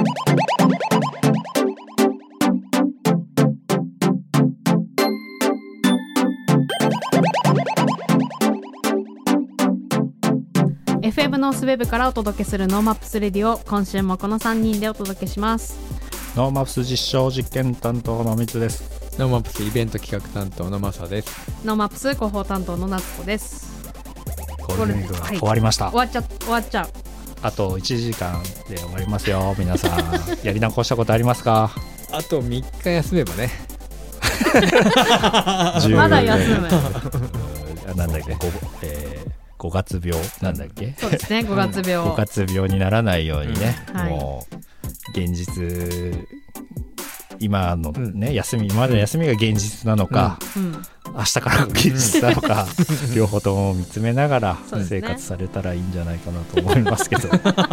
FM ノースウェブからお届けするノーマップスレディオ、今週もこの3人でお届けします。 ノーマップス実証実験担当のみつです。 ノーマップスイベント企画担当のマサです。 ノーマップス広報担当の夏子です。 ゴールデンウィークが終わりました、 終わっちゃう。 あと1時間で終わりますよ。皆さんやり残したことありますか？ あと3日休めばねまだ休むなんだっけ、5月病なんだっけ、 そうですね、5月病 5月病にならないようにね、 はい、 もう現実、今のね、今までの休みが現実なのか、明日からが現実なのか、両方とも見つめながら生活されたらいいんじゃないかなと思いますけどこの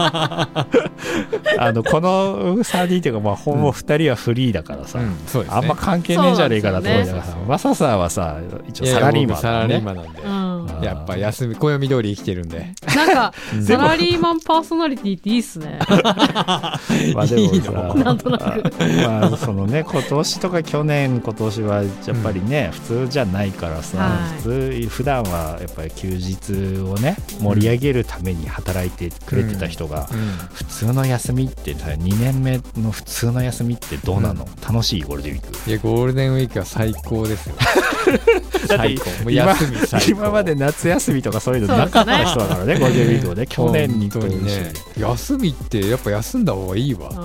3人というか、ほぼ2人はフリーだからさ、 そうですね、 あんま関係ねえんじゃねえかなと思いながらさ、マサさんはさ一応サラリーマンだね。 なんで、やっぱ暦通り生きてるんで、 なんかサラリーマンパーソナリティっていいっすねまあでもさ、 なんとなくまあそのね、今年とか今年はやっぱりね、普通じゃないからさ、普段はやっぱり休日をね盛り上げるために働いてくれてた人が、普通の休みってさ、2年目の普通の休みってどうなの？楽しい？ゴールデンウィーク。 いや、ゴールデンウィークは最高ですよ最高。もう休み最高。今まで夏休みとかそういうのなかった人だからね、ゴールデンウィークをね、去年にとにね、 休みってやっぱ休んだ方がいいわ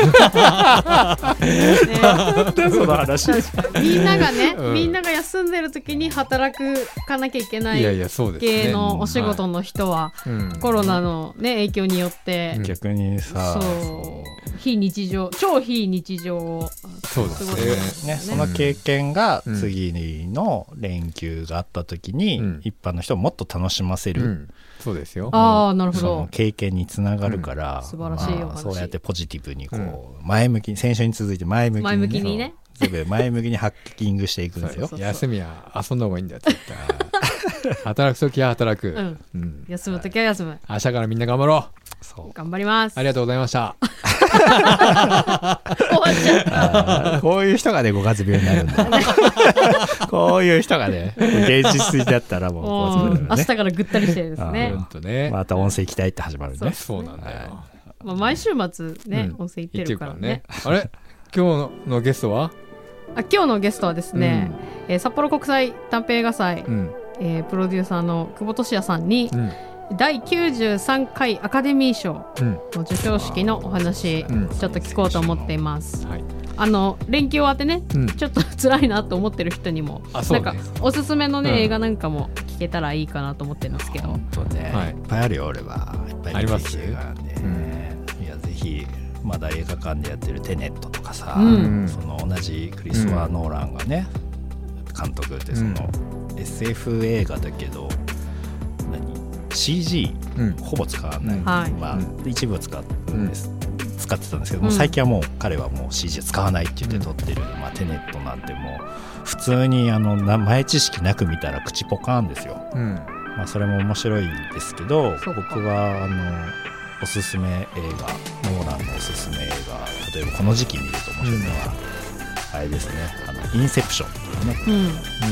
その話みんながね、みんなが休んでる時に働かなきゃいけない系のお仕事の人は、コロナの、ね、影響によって、 逆にさ、 非日常、超非日常をそうですね、その経験が次の連休があった時に、一般の人をもっと楽しませる、 そうですよ。 ああ、なるほど。 その経験につながるから、 素晴らしいお話。 そうやってポジティブにこう、前向きに、先週に続いて前向きにね、全部前向きにハッキングしていくんですよ。 休みは遊んだ方がいいんだって言ったら働くときは働く、 休むときは休む。 明日からみんな頑張ろう。 頑張ります。 ありがとうございました終わっちゃうこういう人がね、5月病になるんだこういう人がね、現実だったらもう明日からぐったりしてるんですね。 また温泉行きたいって始まるね。 そうなんだよ。 毎週末ね、温泉行ってるからね。 あれ、今日のゲストは？ 今日のゲストはですね、札幌国際短編映画祭、プロデューサーの久保俊也さんに、第93回アカデミー賞の授賞式のお話、ちょっと聞こうと思っています。連休終わってね、ちょっと辛いなと思ってる人にも、なんかおすすめのね、映画なんかも聞けたらいいかなと思ってるんですけど。 本当ね、いっぱいあるよ。俺はいっぱい見てきてるからね。いや、ぜひまだ映画館でやってるテネットとかさ、その同じクリストファー・ノーランがね、監督ってその SF 映画だけど、CG ほぼ使わない、一部は使ってたんですけども、最近はもう彼はもう CG 使わないって言って撮ってる、テネットなんてもう普通に前知識なく見たら口ポカーンですよ。それも面白いですけど、僕はおすすめ映画、ノーランのおすすめ映画、例えばこの時期見ると面白いのは、あれですね、インセプションっていうね、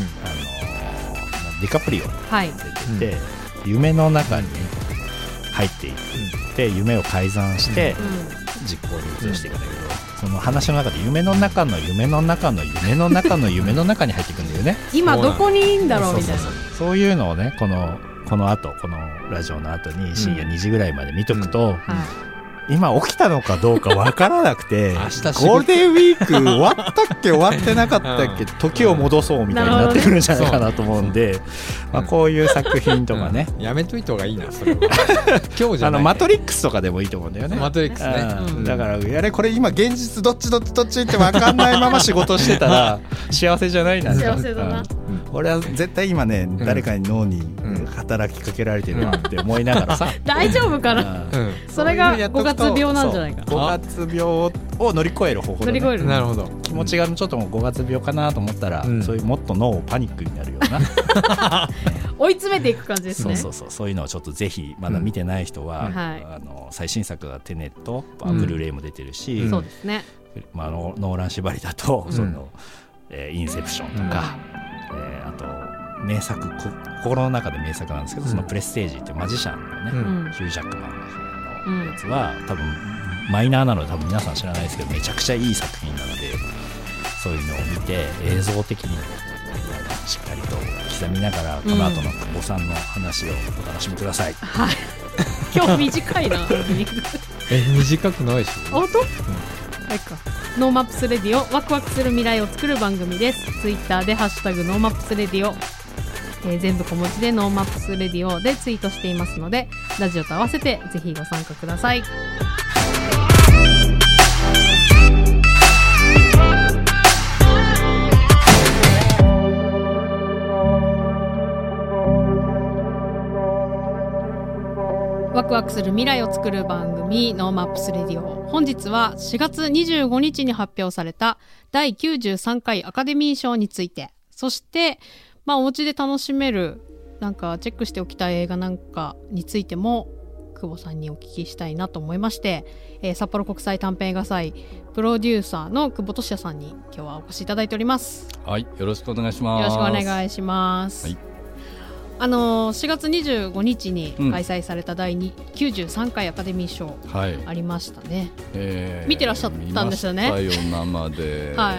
ディカプリオ出てて、夢の中に入っていく、で夢を改ざんして実行に移していくんだけど、その話の中で夢の中の夢の中の夢の中の夢の中に入っていくんだよね今どこにいいんだろうみたいな、 そういうのをね、この後、このラジオの後に深夜2時ぐらいまで見とくと、今起きたのかどうか分からなくてゴールデンウィーク終わったっけ終わってなかったっけ、時を戻そうみたいになってくるんじゃないかなと思うんで、こういう作品とかね、 やめといた方がいいな、それは今日じゃない、 マトリックスとかでもいいと思うんだよね。 マトリックスね、 だからやれこれ今現実どっちって分かんないまま仕事してたら幸せじゃないな。 幸せだな。 俺は絶対今ね、誰かに脳に働きかけられてるなって思いながらさ大丈夫かな、それが5月病なんじゃないか。 5月病を乗り越える方法だね。 なるほど。 気持ちがちょっともう5月病かなと思ったら、そういうもっと脳パニックになるような追い詰めていく感じですね。 そういうのをちょっとぜひまだ見てない人は、最新作がテネット、ブルーレイも出てるし、 そうですね。 ノーラン縛りだとインセプションとか、あと名作、心の中で名作なんですけど、そのプレステージっていうマジシャンのね、ヒュージャックマンのやつは多分マイナーなので多分皆さん知らないですけど、めちゃくちゃいい作品なので、そういうのを見て映像的にしっかりと刻みながら、この後の久保さんの話をお楽しみください。 はい。今日短いな。 短くないし。 本当？はいか。ノーマップスレディオ、ワクワクする未来を作る番組です。ツイッターでハッシュタグノーマップスレディオ、全部小文字でノーマップスレディオでツイートしていますので、ラジオと合わせてぜひご参加ください。ワクワクする未来を作る番組ノーマップスレディオ、本日は4月25日に発表された第93回アカデミー賞について、そしてお家で楽しめるなんかチェックしておきたい映画なんかについても久保さんにお聞きしたいなと思いまして、札幌国際短編映画祭プロデューサーの久保俊也さんに今日はお越しいただいております。 はい、よろしくお願いします。 よろしくお願いします。はい、4月25日に開催された第93回アカデミー賞ありましたね。見てらっしゃったんですよね。 見ましたよ、生で。はい、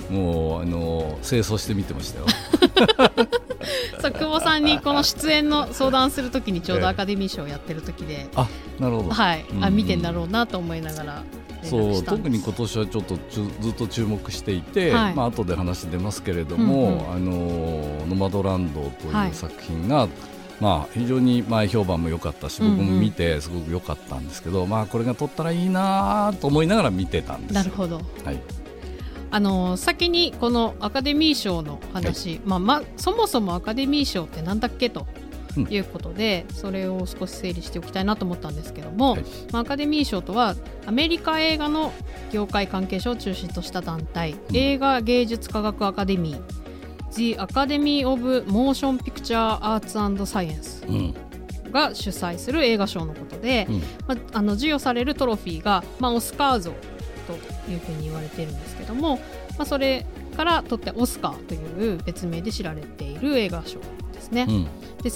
もう清掃して見てましたよ。 そう、久保さんにこの出演の相談するときにちょうどアカデミー賞をやってる時で、 なるほど。 はい、見てんだろうなと思いながら。 そう、特に今年はちょっとずっと注目していて、後で話出ますけれども、ノマドランドという作品が、非常に前評判も良かったし、僕も見てすごく良かったんですけど、これが撮ったらいいなと思いながら見てたんですよ。 なるほど。 はい。 先にこのアカデミー賞の話、そもそもアカデミー賞ってなんだっけということで、それを少し整理しておきたいなと思ったんですけども、アカデミー賞とはアメリカ映画の業界関係者を中心とした団体、映画芸術科学アカデミー The Academy of Motion Picture Arts and Science、が主催する映画賞のことで、授与されるトロフィーが、オスカー像というふうに言われているんですけども、それから取ってオスカーという別名で知られている映画賞ですね。で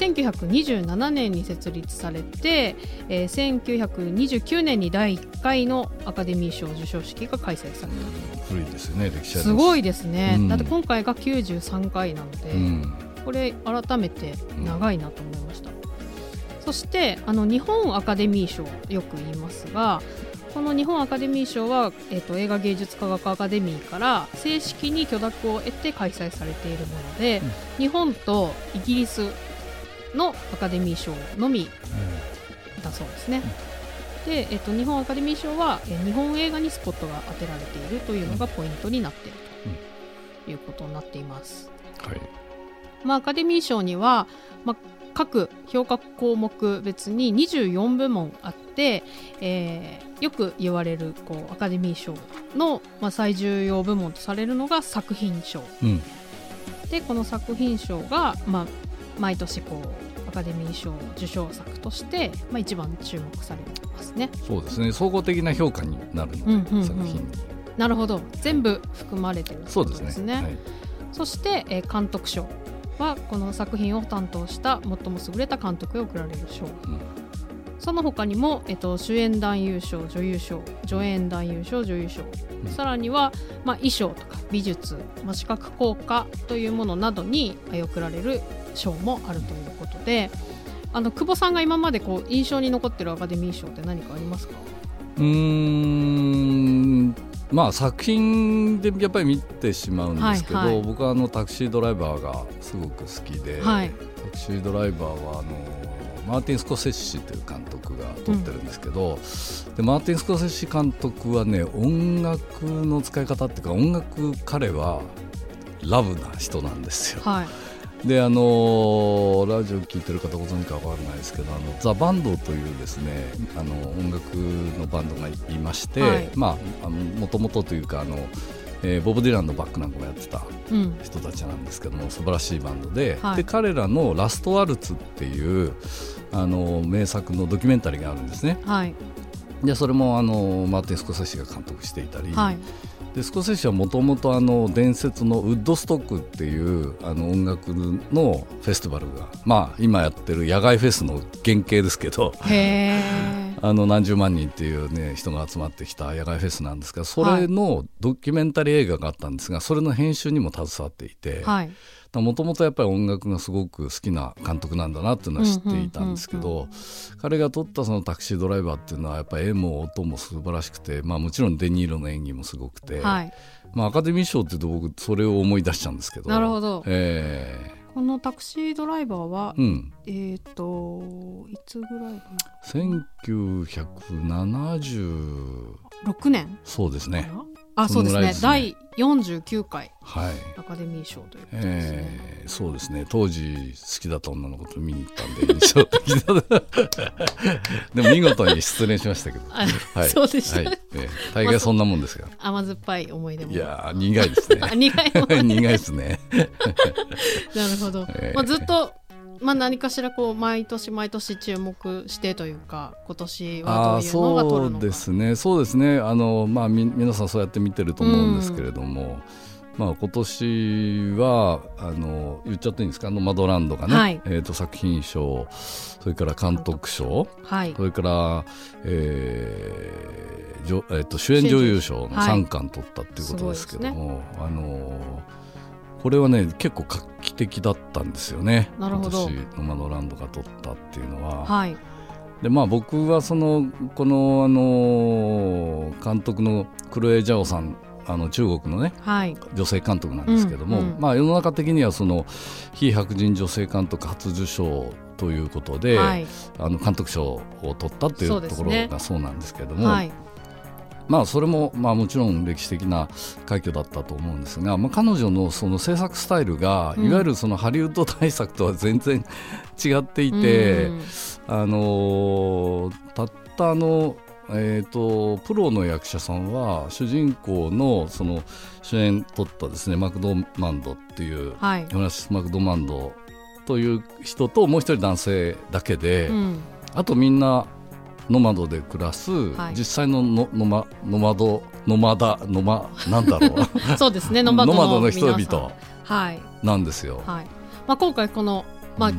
1927年に設立されて、1929年に第1回のアカデミー賞授賞式が開催された。 古いですよね、歴史ある。 すごいですね。だって今回が93回なので、これ改めて長いなと思いました。そして日本アカデミー賞よく言いますが、この日本アカデミー賞は、映画芸術科学アカデミーから正式に許諾を得て開催されているもので、日本とイギリスのアカデミー賞のみだそうですね。で、日本アカデミー賞は、日本映画にスポットが当てられているというのがポイントになっているということになっています。 はい。 アカデミー賞には、各評価項目別に24部門あって、よく言われるアカデミー賞の、最重要部門とされるのが作品賞、でこの作品賞が、毎年アカデミー賞受賞作として、一番注目されていますね。 そうですね、総合的な評価になるので、作品に。 なるほど、全部含まれているということですね。そして、監督賞はこの作品を担当した最も優れた監督へ贈られる賞、その他にも、主演男優賞、女優賞、助演男優賞、女優賞、さらには、衣装とか美術、視覚効果というものなどに贈られる賞もあるということで、久保さんが今まで印象に残っているアカデミー賞って何かありますか？ 作品でやっぱり見てしまうんですけど、僕はタクシードライバーがすごく好きで、タクシードライバーはマーティン・スコセッシという監督が撮ってるんですけど、でマーティン・スコセッシ監督はね、音楽の使い方っていうか、音楽彼はラブな人なんですよ。でラジオ聴いてる方ご存知か分からないですけど、ザ・バンドというですね、音楽のバンドがいまして、もともとというかボブ・ディランのバックなんかもやってた人たちなんですけども、素晴らしいバンドで、で彼らのラストワルツっていう名作のドキュメンタリーがあるんですね。でそれもマーティン・スコセッシが監督していたり、でスコセッシはもともと伝説のウッドストックっていう音楽のフェスティバルが、今やってる野外フェスの原型ですけど何十万人っていう、ね、人が集まってきた野外フェスなんですが、それのドキュメンタリー映画があったんですが、それの編集にも携わっていて、もともとやっぱり音楽がすごく好きな監督なんだなっていうのは知っていたんですけど、彼が撮ったそのタクシードライバーっていうのはやっぱり絵も音も素晴らしくて、もちろんデニーロの演技もすごくて、アカデミー賞っていうと僕それを思い出しちゃうんですけど。 なるほど。このタクシードライバーは、いつぐらい 1976 年。 そうですね。 そうですね。第49回アカデミー賞ということですね。 そうですね。当時好きだった女の子と見に行ったんで印象的だでも見事に失恋しましたけど。 そうでした。 大概そんなもんですが。 甘酸っぱい思い出も。 いや苦いですね。苦いですね。 なるほど。ずっと何かしら毎年毎年注目してというか、今年はどういうのが取るのか。 そうですね。皆さんそうやって見てると思うんですけれども、今年は言っちゃっていいんですか、ノマドランドがね、作品賞、それから監督賞、それから、主演女優賞の3冠取ったっていうことですけども、これはね結構画期的だったんですよね。 なるほど。 今年ノマドランドが撮ったっていうのは、で僕はこの監督のクロエ・ジャオさん、中国のね、女性監督なんですけども、世の中的にはその非白人女性監督初受賞ということで、監督賞を取ったっていうところがそうなんですけども、それももちろん歴史的な快挙だったと思うんですが、彼女のその制作スタイルが、いわゆるそのハリウッド大作とは全然違っていて、たったプロの役者さんは主人公のその主演取ったですね、マクドマンドっていう、ヨナシス・マクドマンドという人ともう一人男性だけで、あとみんなノマドで暮らす、実際のノマなんだろうそうですね、ノマドの人々なんですよ。 今回この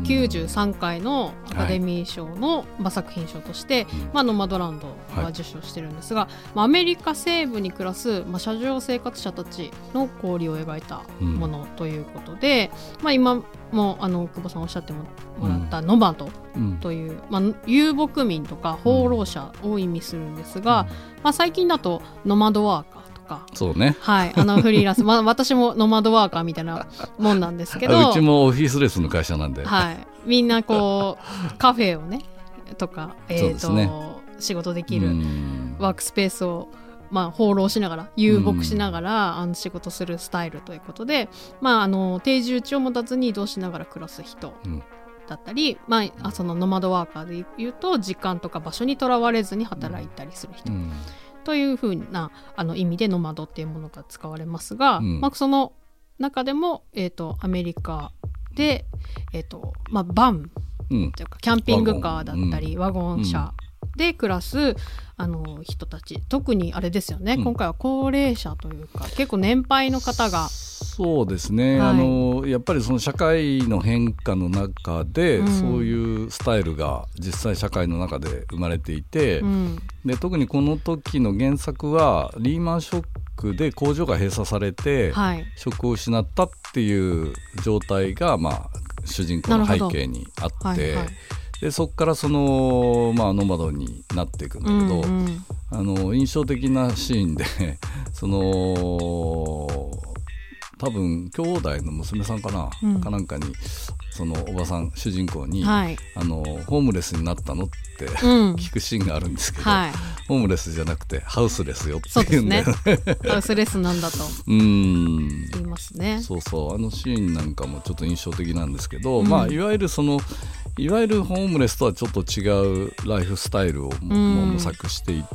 93回のアカデミー賞の作品賞として、ノマドランドが受賞してるんですが、アメリカ西部に暮らす車上生活者たちの交流を描いたものということで、今も久保さんおっしゃってもらったノマドという、遊牧民とか放浪者を意味するんですが、最近だとノマドワーカーとか、 そうね、 フリーランス、私もノマドワーカーみたいなもんなんですけどうちもオフィスレスの会社なんで、 みんなカフェをねとか、仕事できるワークスペースを放浪しながら遊牧しながら、仕事するスタイルということで、定住地を持たずに移動しながら暮らす人だったり、そのノマドワーカーでいうと時間とか場所にとらわれずに働いたりする人、というふうな意味でノマドっていうものが使われますが、その中でも、アメリカで、バンというかキャンピングカーだったりワゴン車で暮らす人たち、特にあれですよね、今回は高齢者というか結構年配の方が。 そうですね、やっぱりその社会の変化の中で、そういうスタイルが実際社会の中で生まれていて、で特にこの時の原作はリーマンショックで工場が閉鎖されて、職を失ったっていう状態が、主人公の背景にあって、でそこからその、ノマドになっていくんだけど、印象的なシーンでその多分兄弟の娘さんかな、かなんかにそのおばさん主人公に、ホームレスになったのって聞くシーンがあるんですけど、ホームレスじゃなくてハウスレスよって言うんだよね。 ハウスレスなんだと言いますね。 そうシーンなんかもちょっと印象的なんですけど、いわゆるそのいわゆるホームレスとはちょっと違うライフスタイルを模索していって、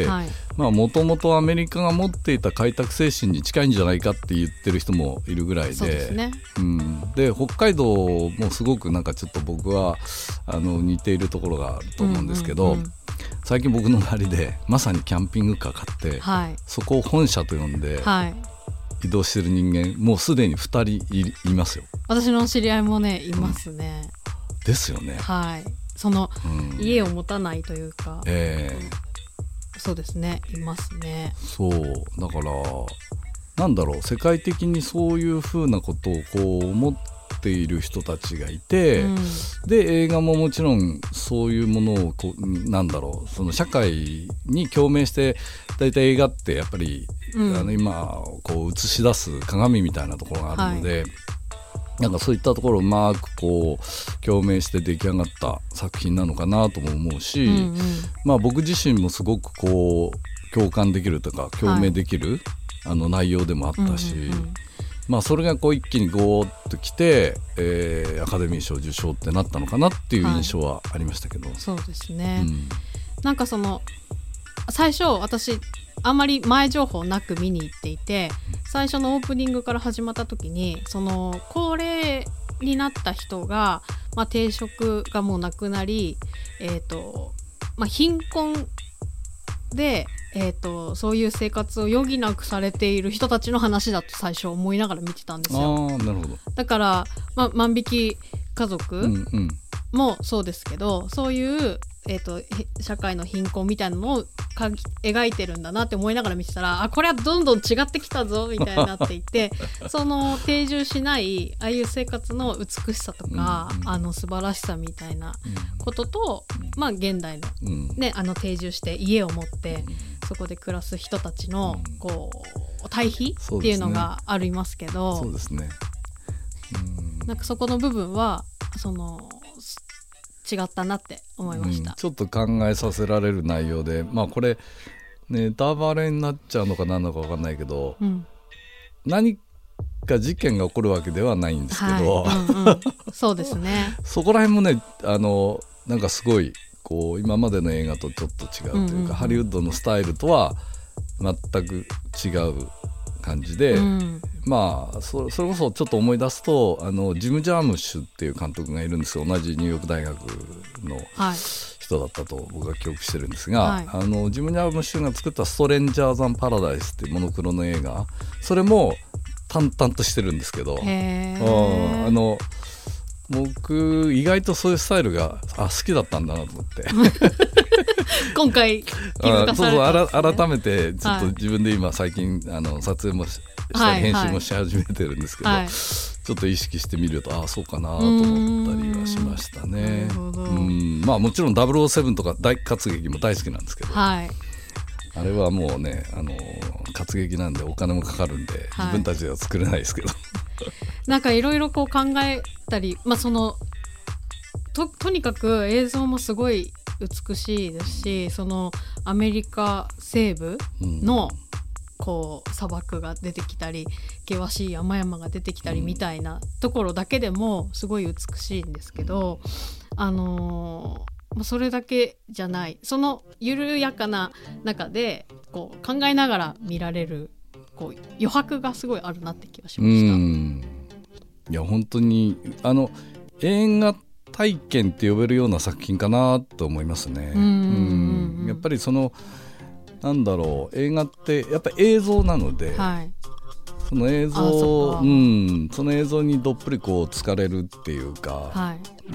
もともとアメリカが持っていた開拓精神に近いんじゃないかって言ってる人もいるぐらいそうですね。 で北海道もすごくなんかちょっと僕は似ているところがあると思うんですけど、最近僕の周りでまさにキャンピングカー買って、そこを本社と呼んで、移動してる人間もうすでに2人 いますよ。 私の知り合いもねいますね。 ですよね。 その、家を持たないというか、そうですね、いますね。 そうだからなんだろう、世界的にそういうふうなことをこう思っている人たちがいて、で映画ももちろんそういうものをこうなんだろう、その社会に共鳴して、だいたい映画ってやっぱり、今こう映し出す鏡みたいなところがあるので、なんかそういったところをうまくこう共鳴して出来上がった作品なのかなとも思うし、僕自身もすごくこう共感できるとか共鳴できる、内容でもあったし、それがこう一気にゴーッときて、アカデミー賞受賞ってなったのかなっていう印象はありましたけど、 そうですね、なんかその最初私あんまり前情報なく見に行っていて、最初のオープニングから始まった時にその高齢になった人が、定職がもうなくなり、貧困で、そういう生活を余儀なくされている人たちの話だと最初思いながら見てたんですよ。 なるほど。 だから、万引き家族もそうですけど、そういう、社会の貧困みたいなのを描いてるんだなって思いながら見てたら、これはどんどん違ってきたぞみたいになっていてその定住しないああいう生活の美しさとか、素晴らしさみたいなことと、現代の、定住して家を持ってそこで暮らす人たちのこう対比っていうのがありますけど、 そうですね、 なんかそこの部分はその違ったなって思いました。 ちょっと考えさせられる内容で、これネタバレになっちゃうのか何なのか分かんないけど、何か事件が起こるわけではないんですけど、 そうですねそこら辺もね、なんかすごいこう今までの映画とちょっと違うというか、ハリウッドのスタイルとは全く違う感じで、それこそちょっと思い出すとジム・ジャームッシュっていう監督がいるんですよ。同じニューヨーク大学の人だったと僕は記憶してるんですが、ジム・ジャームッシュが作ったストレンジャーザン・パラダイスっていうモノクロの映画、それも淡々としてるんですけど、僕意外とそういうスタイルが好きだったんだなと思って今回気づかされたんですね。 改めてちょっと自分で今最近撮影もしたり編集もし始めてるんですけど、ちょっと意識してみるとそうかなと思ったりはしましたね。もちろん007とか大活劇も大好きなんですけど、あれはもうね活劇なんでお金もかかるんで、自分たちでは作れないですけどなんかいろいろこう考えたり、その とにかく映像もすごい美しいですし、そのアメリカ西部のこう砂漠が出てきたり険しい山々が出てきたりみたいなところだけでもすごい美しいんですけど、それだけじゃない、その緩やかな中でこう考えながら見られるこう余白がすごいあるなって気がしました。 いや本当に映画体験って呼べるような作品かなと思いますね。やっぱりそのなんだろう、映画ってやっぱり映像なので、その映像、その映像にどっぷりこう疲れるっていうか、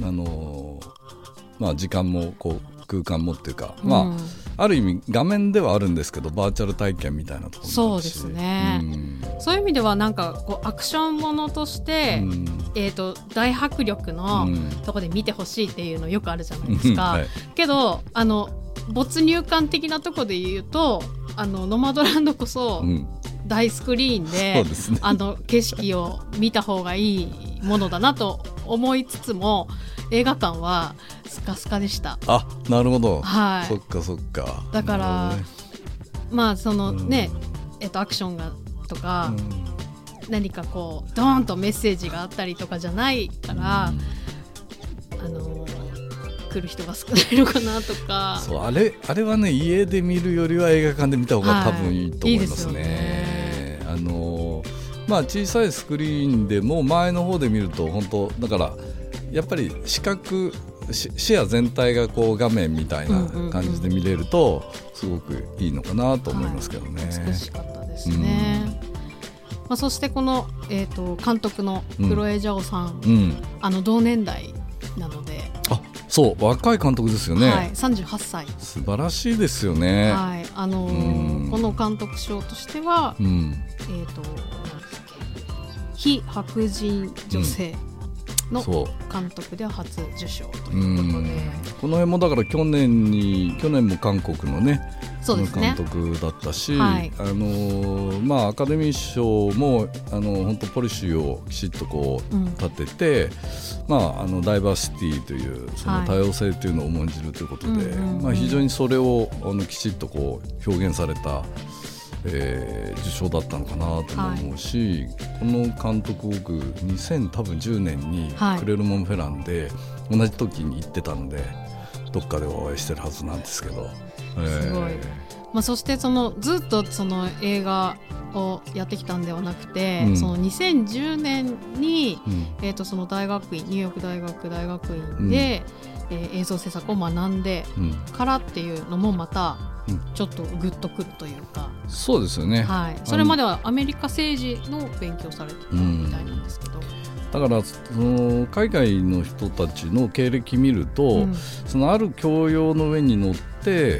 時間もこう空間もっていうか、ある意味画面ではあるんですけどバーチャル体験みたいなところもあるし、 そうですね、そういう意味ではなんかこうアクションものとして、大迫力のとこで見てほしいっていうのよくあるじゃないですか、けど没入感的なとこで言うとノマドランドこそ大スクリーンで、景色を見た方がいいものだなと思いつつも映画館はスカスカでした。 なるほど、そっかそっか。 だから、そのね、アクションがとか、何かこうドーンとメッセージがあったりとかじゃないから、 来る人が少ないのかなとか。 そう、あれはね、家で見るよりは映画館で見た方が多分いいと思いますね。小さいスクリーンでも前の方で見ると本当だからやっぱり視野全体がこう画面みたいな感じで見れるとすごくいいのかなと思いますけどね。 美しかったですね。そしてこの、監督のクロエ・ジャオさん、同年代なので、 そう若い監督ですよね。 はい、38歳。 素晴らしいですよね。 はい、この監督賞としては、非白人女性の監督では初受賞ということで、 この辺もだから去年も韓国のね、 そうですね、 監督だったし、アカデミー賞も本当ポリシーをきちっとこう立てて、ダイバーシティというその多様性というのを重んじるということで、非常にそれをきちっとこう表現された受賞だったのかなと思うし、この監督僕2010年にクレルモンフェランで同じ時に行ってたので、どっかでお会いしてるはずなんですけど、 すごい。そしてずっとその映画をやってきたんではなくて、その2010年に、そのニューヨーク大学院で、映像制作を学んでからっていうのもまたちょっとグッとくるというか、 そうですよね。 はい、それまではアメリカ政治の勉強されてたみたいなんですけど、 だからその海外の人たちの経歴見ると、そのある教養の上に乗って、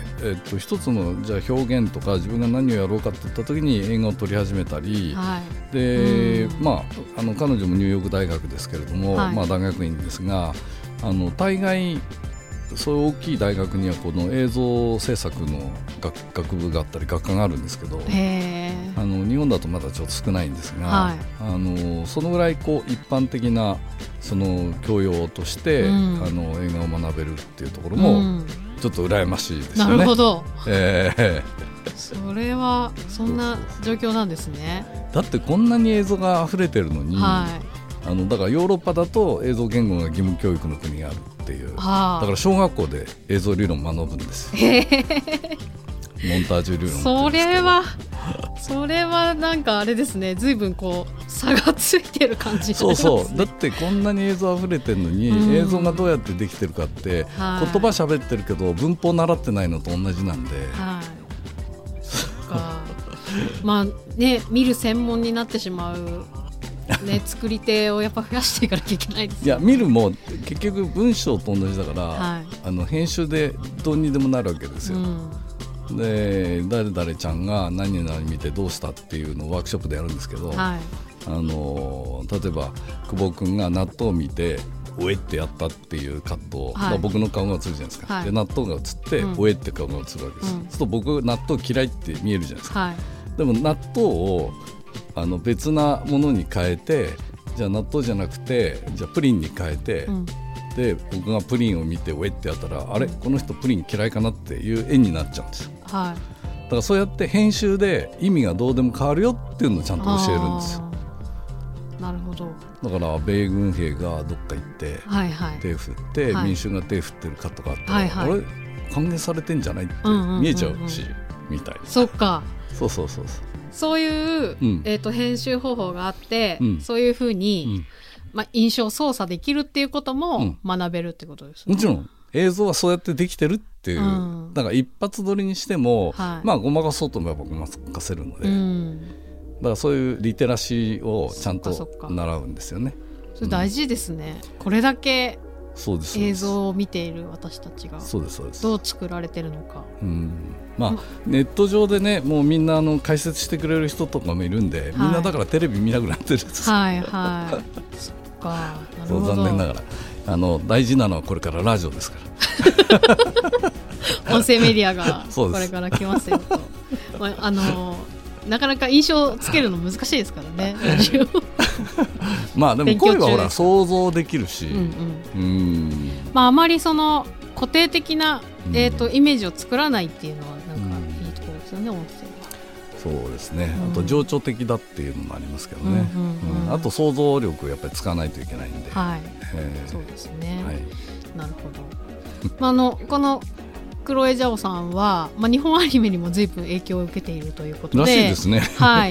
一つのじゃあ表現とか自分が何をやろうかって言った時に映画を撮り始めたり、で、彼女もニューヨーク大学ですけれども、大学院ですが、大概そういう大きい大学にはこの映像制作の学部があったり学科があるんですけど、日本だとまだちょっと少ないんですが、そのぐらいこう一般的なその教養として、映画を学べるっていうところもちょっと羨ましいですよね。 なるほど、それはそんな状況なんですね。 だってこんなに映像が溢れてるのに、だからヨーロッパだと映像言語が義務教育の国があるっていう、だから小学校で映像理論を学ぶんですよ。モンタージュ理論。 それはなんかあれですね、随分こう差がついてる感じになりますね。 そうだってこんなに映像あふれてるのに、映像がどうやってできてるかって、言葉喋ってるけど文法習ってないのと同じなんで、 そっか見る専門になってしまう作り手をやっぱ増やしていかなきゃいけないですよね。 見るも結局文章と同じだから、編集でどうにでもなるわけですよ。で誰々ちゃんが何々見てどうしたっていうのをワークショップでやるんですけど、例えば久保君が納豆を見ておえってやったっていうカット、僕の顔が映るじゃないですか、で納豆が映って、おえって顔が映るわけです、そうすると僕納豆嫌いって見えるじゃないですか、でも納豆を別なものに変えて、じゃあ納豆じゃなくてじゃあプリンに変えて、で僕がプリンを見ておえってやったら、あれこの人プリン嫌いかなっていう絵になっちゃうんですよ。だからそうやって編集で意味がどうでも変わるよっていうのをちゃんと教えるんですよ。 なるほど。 だから米軍兵がどっか行って、手振って、民衆が手振ってるカットがあったら、あれ歓迎されてんじゃないって見えちゃうし、みたいな。 そっか。そういう、編集方法があって、そういうふうに、印象操作できるっていうことも学べるってことですね。 もちろん映像はそうやってできてるっていう、だから一発撮りにしても、ごまかそうと思えばごまかせるので、だからそういうリテラシーをちゃんと習うんですよね。 それ大事ですね、これだけ映像を見ている私たちがどう作られてるのか。ネット上でね、もうみんな解説してくれる人とかもいるんで、みんなだからテレビ見なくなってるんですよ。 そっか、 残念ながら大事なのはこれからラジオですから音声メディアがこれから来ますよとなかなか印象をつけるの難しいですからね、ラジオでも声はほら想像できるし、 あまりその固定的な、イメージを作らないっていうのはなんかいいところですよね、音声は。 そうですね、あと情緒的だっていうのもありますけどね、あと想像力をやっぱり使わないといけないんで、 そうですね、なるほど。 このクロエ・ジャオさんは、日本アニメにも随分影響を受けているということでらしいですね。 はい、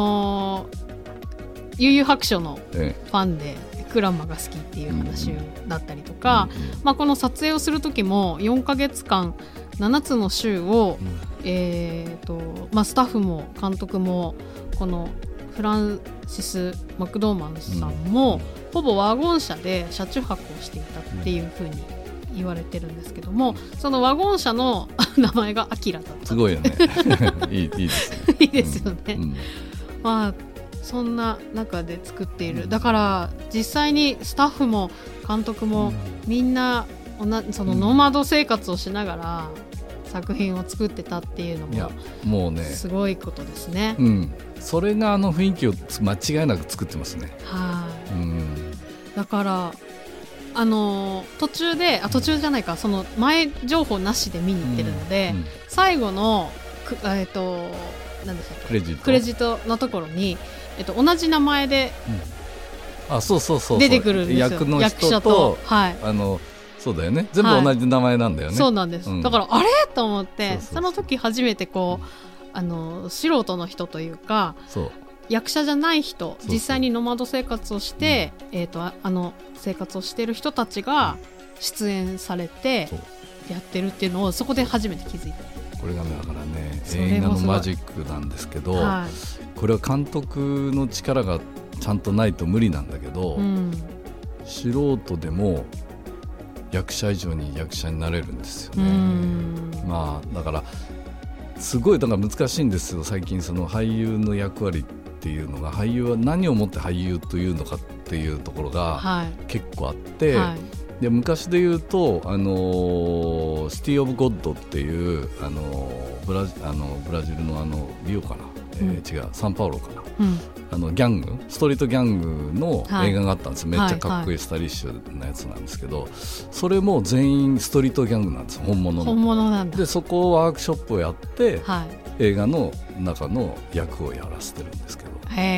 悠々白書のファンで、クラマが好きっていう話だったりとか、この撮影をする時も4ヶ月間7つの週を、スタッフも監督もこのフランシス・マクドーマンさんも、ほぼワゴン車で車中泊をしていたっていうふうに言われてるんですけども、そのワゴン車の名前がアキラだった。 すごいよね。いいですね。 いいですよね。そんな中で作っている。だから実際にスタッフも監督もみんなそのノーマド生活をしながら作品を作ってたっていうのももうねすごいことですね。 それが雰囲気を間違いなく作ってますね。 だから途中じゃないか、その前情報なしで見に行ってるので、最後の何でしたっけ、クレジットのところに、同じ名前で出てくるんですよ、 役の人と、そうだよね、全部同じ名前なんだよね。 そうなんです、だからあれと思って、その時初めて素人の人というか、役者じゃない人、実際にノマド生活をして、生活をしている人たちが出演されてやってるっていうのをそこで初めて気づいた。 これがだからね、映画のマジックなんですけど、これは監督の力がちゃんとないと無理なんだけど、素人でも役者以上に役者になれるんですよね。だからすごい難しいんですよ。最近その俳優の役割っていうのが、俳優は何をもって俳優というのかっていうところが結構あって、で昔で言うとシティ・オブ・ゴッドっていうブラジルのリオかな、違うサンパウロかな、ギャングストリートギャングの映画があったんですよ。めっちゃかっこいいスタイリッシュなやつなんですけど、それも全員ストリートギャングなんですよ、本物なんだ。 でそこをワークショップをやって、映画の中の役をやらせてるんですけど、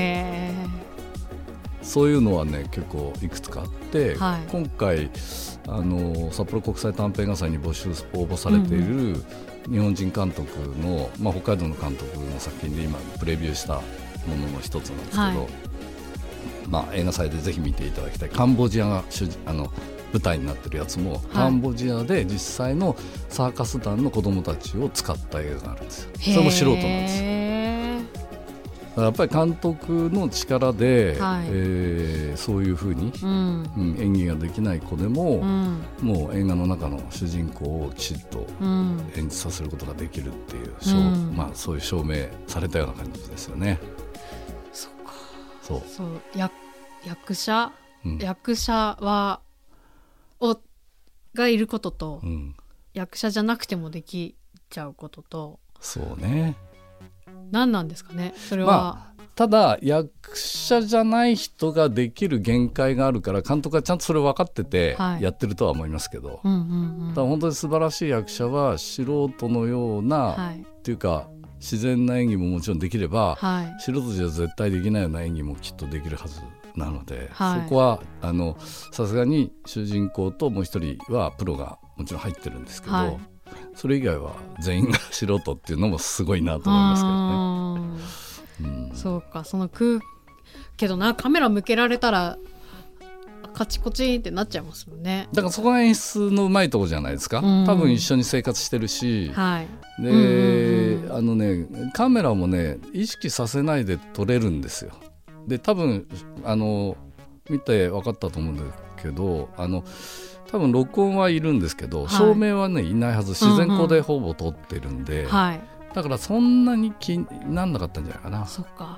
そういうのはね結構いくつかあって、今回札幌国際短編映画祭に応募されている日本人監督の、北海道の監督の作品で今プレビューしたものの一つなんですけど、映画祭でぜひ見ていただきたいカンボジアが舞台になってるやつも、カンボジアで実際のサーカス団の子どもたちを使った映画があるんですよ。それも素人なんですよ。やっぱり監督の力で、そういうふうに、演技ができない子でも、もう映画の中の主人公をきちっと演じさせることができるっていう、そういう証明されたような感じですよね。 役者がいることと、役者じゃなくてもできちゃうことと、 そうね、 何なんですかねそれは。 ただ役者じゃない人ができる限界があるから、監督はちゃんとそれ分かっててやってるとは思いますけど、ただ本当に素晴らしい役者は素人のような、っていうか自然な演技ももちろんできれば、素人じゃ絶対できないような演技もきっとできるはずなので、そこはさすがに主人公ともう一人はプロがもちろん入ってるんですけど、それ以外は全員が素人っていうのもすごいなと思いますけどね。 そうか、けどな、カメラ向けられたらカチコチってなっちゃいますもんね。 だからそこが演出のうまいところじゃないですか。多分一緒に生活してるし、でカメラもね意識させないで撮れるんですよ。で多分見て分かったと思うんだけど、多分録音はいるんですけど、照明はねいないはず。自然光でほぼ撮ってるんで、だからそんなに気になんなかったんじゃないかな。 そっか、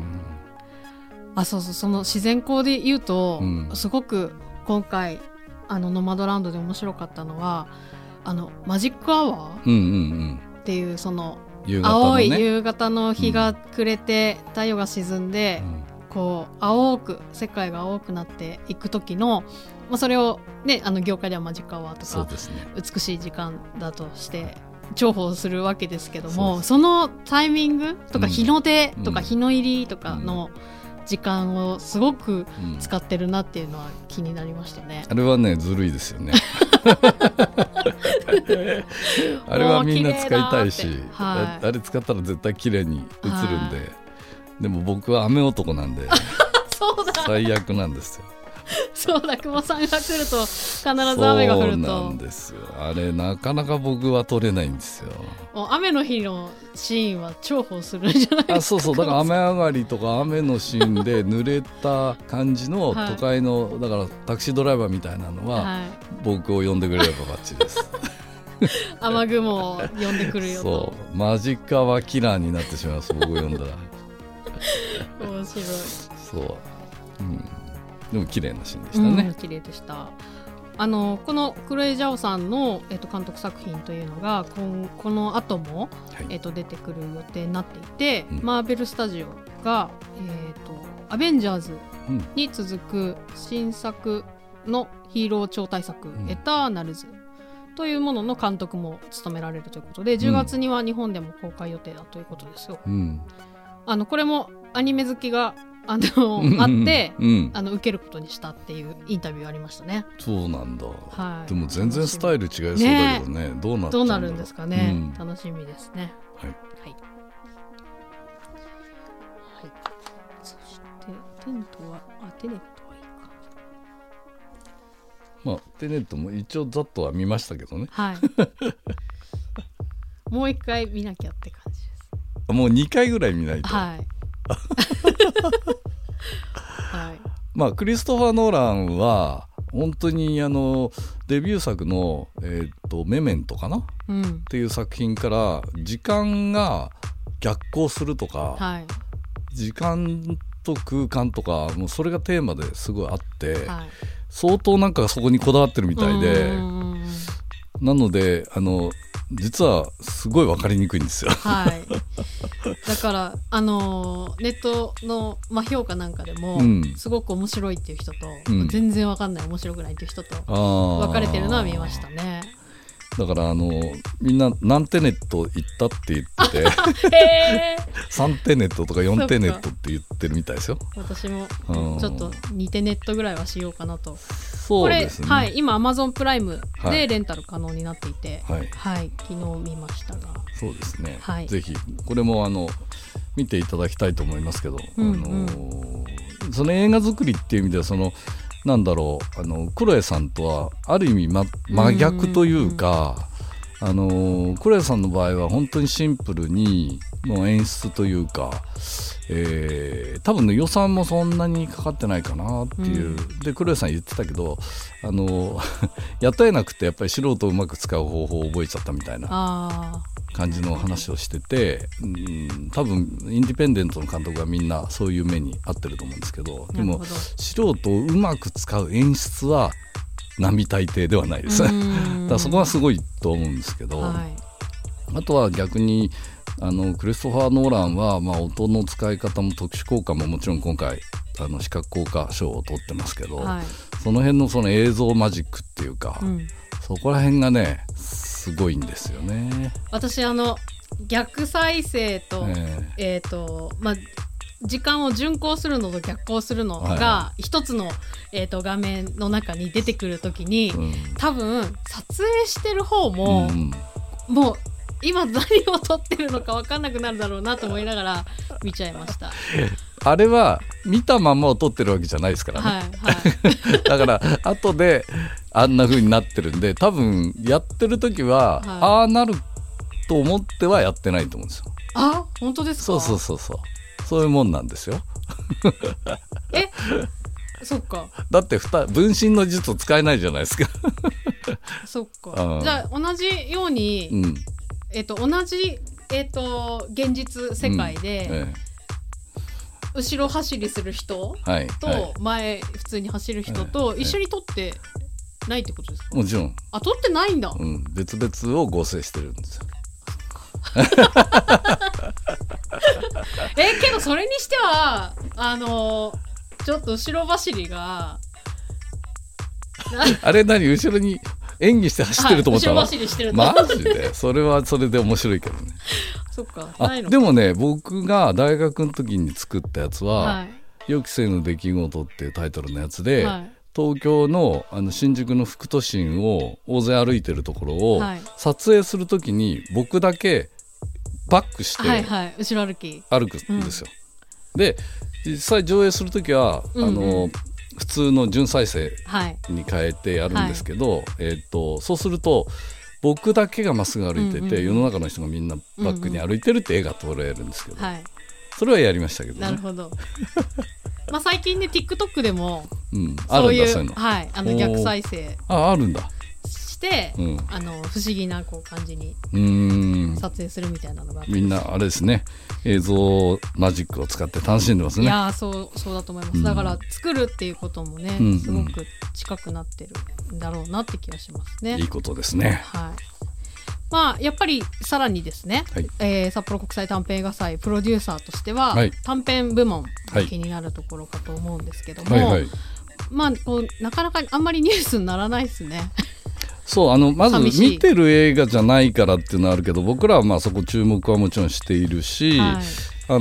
その自然光で言うと、すごく今回ノマドランドで面白かったのはマジックアワーっていう、その青い夕方の日が暮れて、太陽が沈んで、こう青く世界が青くなっていく時の、それをね業界ではマジックアワーとか、美しい時間だとして重宝するわけですけども、そのタイミングとか日の出とか日の入りとかの時間をすごく使ってるなっていうのは気になりましたね。 あれはねずるいですよね。 あれはみんな使いたいし、あれ使ったら絶対綺麗に映るんで、でも僕は雨男なんでそうだ、 最悪なんですよ。 そうだ、久保さんが来ると必ず雨が降ると。 そうなんですよ。あれなかなか僕は撮れないんですよ。 雨の日のシーンは重宝するんじゃないですか。 そうそう、だから雨上がりとか雨のシーンで濡れた感じの都会の、だからタクシードライバーみたいなのは、僕を呼んでくれればバッチリです。 雨雲を呼んでくるよと。 そうマジカワキラーになってしまいます、僕を呼んだら。 面白い。 そう、でも綺麗なシーンでしたね。 綺麗でした。このクロエ・ジャオさんの、監督作品というのがこの後も、出てくる予定になっていて、マーベルスタジオが、アベンジャーズに続く新作のヒーロー超大作、エターナルズというものの監督も務められるということで、10月には日本でも公開予定だということですよ。これもアニメ好きがあって、受けることにしたっていうインタビューありましたね。 そうなんだ、でも全然スタイル違いそうだけどね、どうなるんですかね、 楽しみですね。そしてテネットはいいか。 テネットも一応ざっとは見ましたけどね。 もう一回見なきゃって感じです。 もう2回ぐらい見ないと。クリストファー・ノーランは本当にデビュー作の、メメントかな、っていう作品から時間が逆行するとか、時間と空間とかもうそれがテーマですごいあって、相当なんかそこにこだわってるみたいで、なので実はすごい分かりにくいんですよ。だからネットの、評価なんかでも、すごく面白いっていう人と、全然分かんない面白くないっていう人と分かれてるのは見ましたね。 だからみんな何テネット行ったって言って3テネットとか4テネットって言ってるみたいですよ。 私もちょっと2テネットぐらいはしようかなと。 そうですね、 これ、今 Amazon プライムでレンタル可能になっていて、昨日見ましたが。そうですね、 ぜひこれも見ていただきたいと思いますけど、その映画作りっていう意味ではなんだろう、クロエさんとはある意味、真逆というか、クロエさんの場合は本当にシンプルにもう演出というか、多分ね予算もそんなにかかってないかなっていう、でクロエさん言ってたけど雇えなくてやっぱり素人をうまく使う方法を覚えちゃったみたいな感じの話をしてて、多分インディペンデントの監督はみんなそういう目に合ってると思うんですけど、でも素人をうまく使う演出は並大抵ではないですだからそこはすごいと思うんですけど、あとは逆にクリストファー・ノーランは、音の使い方も特殊効果ももちろん今回視覚効果賞を取ってますけど、その辺のその映像マジックっていうか、そこら辺がねすごいんですよね。 私逆再生と、時間を順行するのと逆行するのが一つの、画面の中に出てくるときに、多分撮影してる方も、もう今何を撮ってるのか分かんなくなるだろうなと思いながら見ちゃいました。 あれは見たままを撮ってるわけじゃないですからね、だから後であんな風になってるんで、多分やってる時は、ああなると思ってはやってないと思うんですよ。 あ、本当ですか？ そういうもんなんですよそっか。 だって分身の術使えないじゃないですかそっか。じゃあ同じように、同じ、現実世界で、後ろ走りする人と前普通に走る人と一緒に撮ってないってことですか？ もちろん。 撮ってないんだ。 別々を合成してるんですよけどそれにしてはちょっと後ろ走りがあれ何後ろに演技して走ってると思ったの？ 後ろ走りしてるマジでそれはそれで面白いけどねそっか。 でもね、僕が大学の時に作ったやつは、予期せぬ出来事っていうタイトルのやつで、 東京の、新宿の副都心を大勢歩いてるところを、撮影するときに僕だけバックして、 後ろ歩き歩くんですよ、で実際上映するときは、普通の純再生に変えてやるんですけど、そうすると僕だけがまっすぐ歩いてて、世の中の人がみんなバックに歩いてるって絵が撮れるんですけど、それはやりましたけどね。 なるほどまあ最近ね TikTok でも、 そういう、 逆再生あるんだして、不思議なこう感じに撮影するみたいなのがみんなあれですね、映像マジックを使って楽しんでますね。 いやそうだと思います、だから作るっていうこともね、すごく近くなってるんだろうなって気がしますね。 いいことですね。 まあ、やっぱりさらにですね、札幌国際短編映画祭プロデューサーとしては、短編部門が気になるところかと思うんですけども、まあこうなかなかあんまりニュースにならないですね。 そうまず見てる映画じゃないからっていうのはあるけど、僕らはまあそこ注目はもちろんしているし、我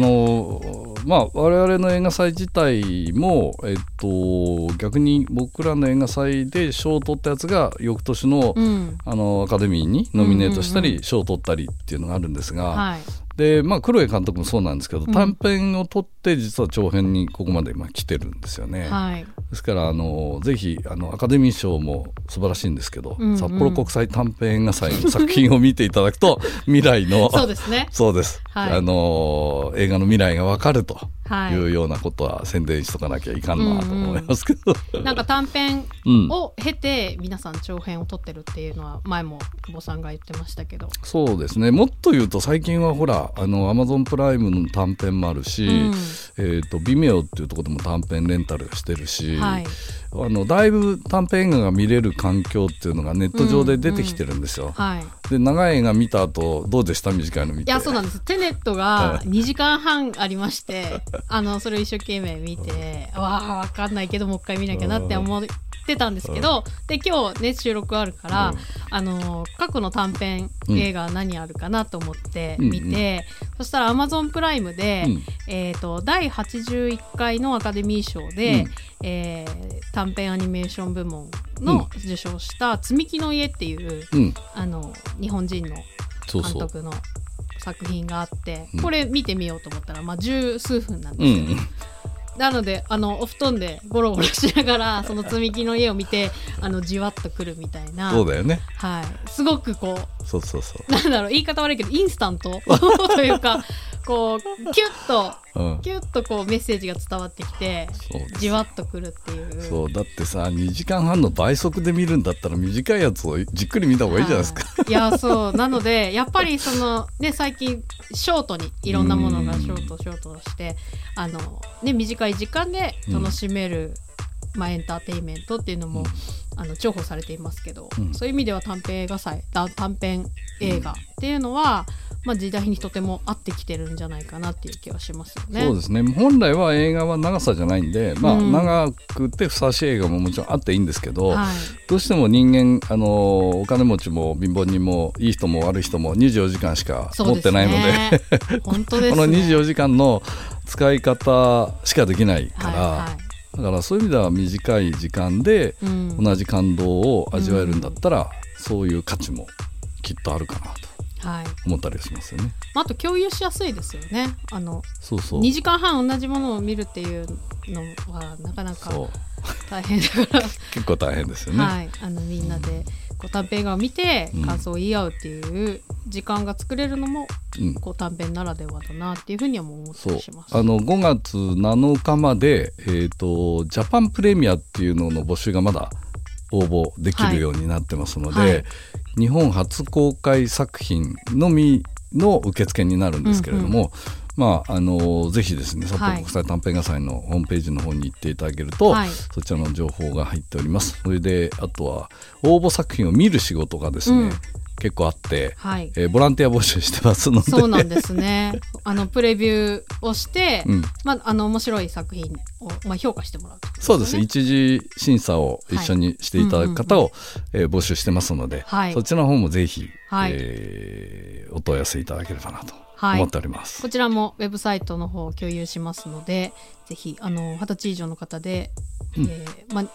々の映画祭自体も、逆に僕らの映画祭で賞を取ったやつが翌年の、アカデミーにノミネートしたり、賞を取ったりっていうのがあるんですが、で黒江監督もそうなんですけど、短編を撮って実は長編にここまで来てるんですよね。ですからぜひアカデミー賞も素晴らしいんですけど、札幌国際短編映画祭の作品を見ていただくと未来のそうですね、 そうです、映画の未来が分かるというようなことは宣伝しとかなきゃいかんなと思いますけど、 なんか短編を経て皆さん長編を撮ってるっていうのは前も久保さんが言ってましたけど、 そうですね、もっと言うと最近はほらAmazon プライムの短編もあるし、Vimeo っていうところでも短編レンタルしてるし、だいぶ短編映画が見れる環境っていうのがネット上で出てきてるんですよ。で長い映画見た後どうでした？短いの見て。 いやそうなんです。テネットが2時間半ありましてそれを一生懸命見て分かんないけどもう一回見なきゃなって思ってたんですけど、で今日ね収録あるから、過去の短編映画何あるかなと思って見て、そしたら Amazon プライムで、第81回のアカデミー賞で、短編アニメーション部門の受賞した積み木の家っていう、日本人の監督の作品があって、これ見てみようと思ったら、十数分なんですよ、なのでお布団でゴロゴロしながらその積み木の家を見てじわっとくるみたいな。 そうだよね、 すごくこうなんだろう、言い方悪いけどインスタントというかこうキュッとこうメッセージが伝わってきてじわっとくるっていう。 そうだってさ2時間半の倍速で見るんだったら短いやつをじっくり見た方がいいじゃないですか。 いやそうなのでやっぱり最近ショートにいろんなものがショートして短い時間で楽しめる、エンターテインメントっていうのも、重宝されていますけど、そういう意味では短編映画っていうのは、時代にとても合ってきてるんじゃないかなっていう気はしますよね。 そうですね、本来は映画は長さじゃないんで、長くてふさわしい映画ももちろんあっていいんですけど、どうしても人間お金持ちも貧乏人もいい人も悪い人も24時間しか持ってないので、 本当ですね、 この24時間の使い方しかできないから、だからそういう意味では短い時間で同じ感動を味わえるんだったら、そういう価値もきっとあるかなと思ったりしますよね。 あと共有しやすいですよね。2時間半同じものを見るっていうのはなかなか大変だから結構大変ですよね。 みんなでこう短編映画を見て感想を言い合うっていう時間が作れるのも、こう短編ならではだなっていうふうにはも思ったりします。 5月7日まで、ジャパンプレミアっていうのの募集がまだ応募できるようになってますので、日本初公開作品のみの受付になるんですけれども、ぜひですね札幌国際短編映画祭のホームページの方に行っていただけると、そちらの情報が入っております。それであとは応募作品を見る仕事がですね、結構あって、ボランティア募集してますので。 そうなんですね。プレビューをして、面白い作品を、評価してもらう、 そうです。一次審査を一緒にしていただく方を、募集してますので、そちらの方もぜひ、お問い合わせいただければなと思っております。 こちらもウェブサイトの方を共有しますので、ぜひ20歳以上の方で、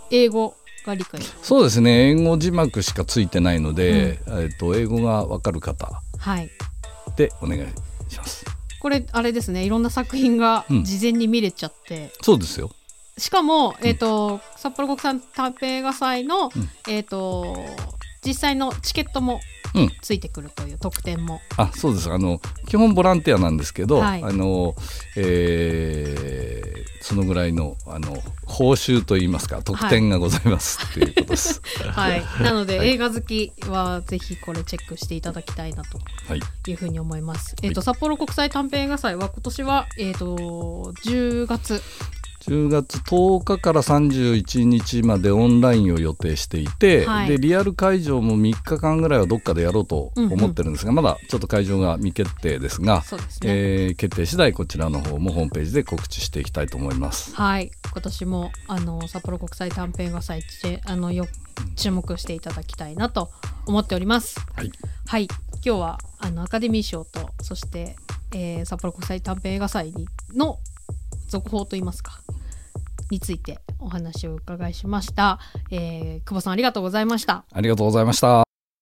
英語が理解？ そうですね、英語字幕しかついてないので、英語が分かる方でお願いします。 これあれですね、いろんな作品が事前に見れちゃって、 そうですよ。 しかも、札幌国際短編映画祭の、実際のチケットもついてくるという特典も、 そうです。基本ボランティアなんですけど、 はい、 そのぐらいの報酬といいますか特典がございますということです。 はい、なので、映画好きはぜひこれチェックしていただきたいなというふうに思います。札幌国際短編映画祭は今年は、10月 10日から31日までオンラインを予定していて、でリアル会場も3日間ぐらいはどっかでやろうと思ってるんですが、まだちょっと会場が未決定ですが、決定次第こちらの方もホームページで告知していきたいと思います。 はい、今年も札幌国際短編映画祭注目していただきたいなと思っております。はい、はい、今日はアカデミー賞とそして、札幌国際短編映画祭の続報といいますかについてお話をお伺いしました。久保さんありがとうございました。 ありがとうございました。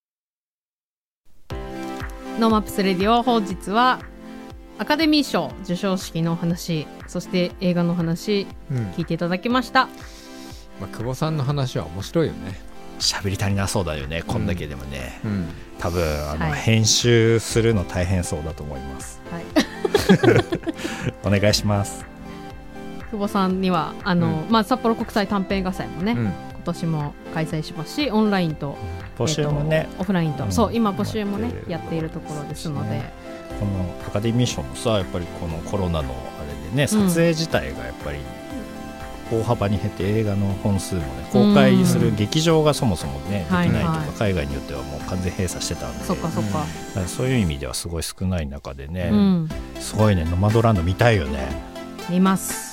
ノーマップスレディオ、本日はアカデミー賞授賞式のお話、そして映画の話、聞いていただきました。 久保さんの話は面白いよね。 喋り足りなそうだよね、こんだけでもね、多分編集するの大変そうだと思います。お願いします。 久保さんには札幌国際短編映画祭もね、今年も開催しますし、オンラインと募集もね、 オフラインと、そう今募集もねやっているところですので、 このアカデミー賞もさ、やっぱりこのコロナのあれでね、撮影自体がやっぱり大幅に減って、映画の本数もね、公開する劇場がそもそもね、できないとか、海外によってはもう完全閉鎖してたんで、そういう意味ではすごい少ない中でね、すごいね、ノマドランド見たいよね。 見ます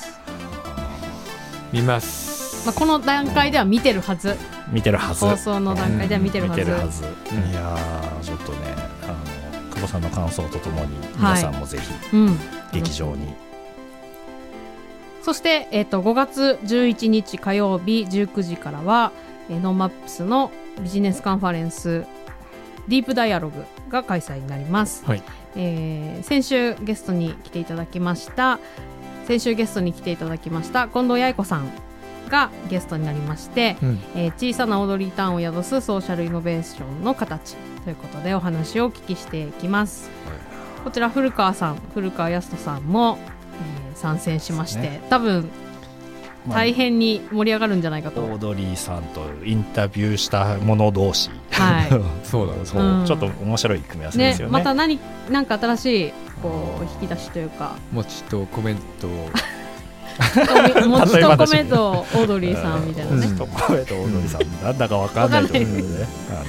この段階では見てるはず。放送の段階では見てるはず。いやちょっとね、久保さんの感想とともに皆さんもぜひ劇場に、 そして、5月11日火曜日19時からは、ノーマップスのビジネスカンファレンスディープダイアログが開催になります。先週ゲストに来ていただきました近藤八重子さんがゲストになりまして、小さなオードリーターンを宿すソーシャルイノベーションの形ということでお話をお聞きしていきます。こちら古川康人さんも、参戦しまして、多分大変に盛り上がるんじゃないかと。 オードリーさんとインタビューした者同士、 そうだ、 ちょっと面白い組み合わせですよね。 また何か新しいこう引き出しというか、 もちとコメントをもちとコメントオードリーさんみたいなね。 もちとコメントオードリーさんなんだか分かんないと思うんでね。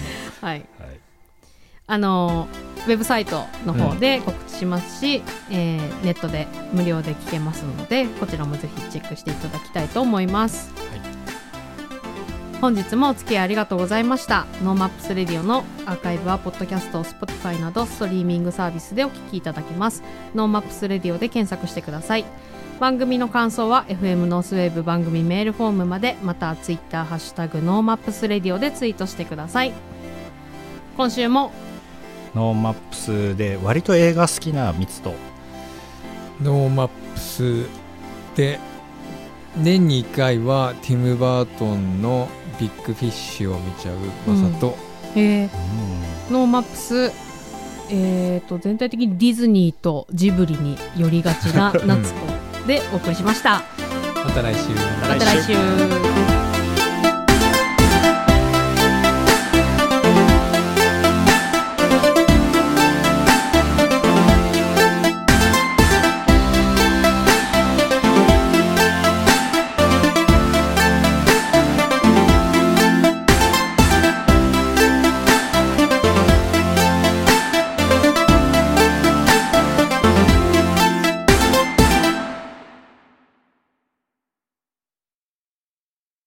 ウェブサイトの方で告知しますし、ネットで無料で聞けますので、こちらもぜひチェックしていただきたいと思います。本日もお付き合いありがとうございました。ノーマップスレディオのアーカイブはポッドキャスト、Spotify などストリーミングサービスでお聞きいただけます。ノーマップスレディオで検索してください。番組の感想は FM ノースウェーブ番組メールフォームまで、またツイッターハッシュタグノーマップスレディオでツイートしてください。今週もノーマップスで割と映画好きなミツと、 ノーマップスで年に1回はティム・バートンのビッグフィッシュを見ちゃうマサと、 ノーマップス、全体的にディズニーとジブリに寄りがちな夏子でお送りしました。 また来週。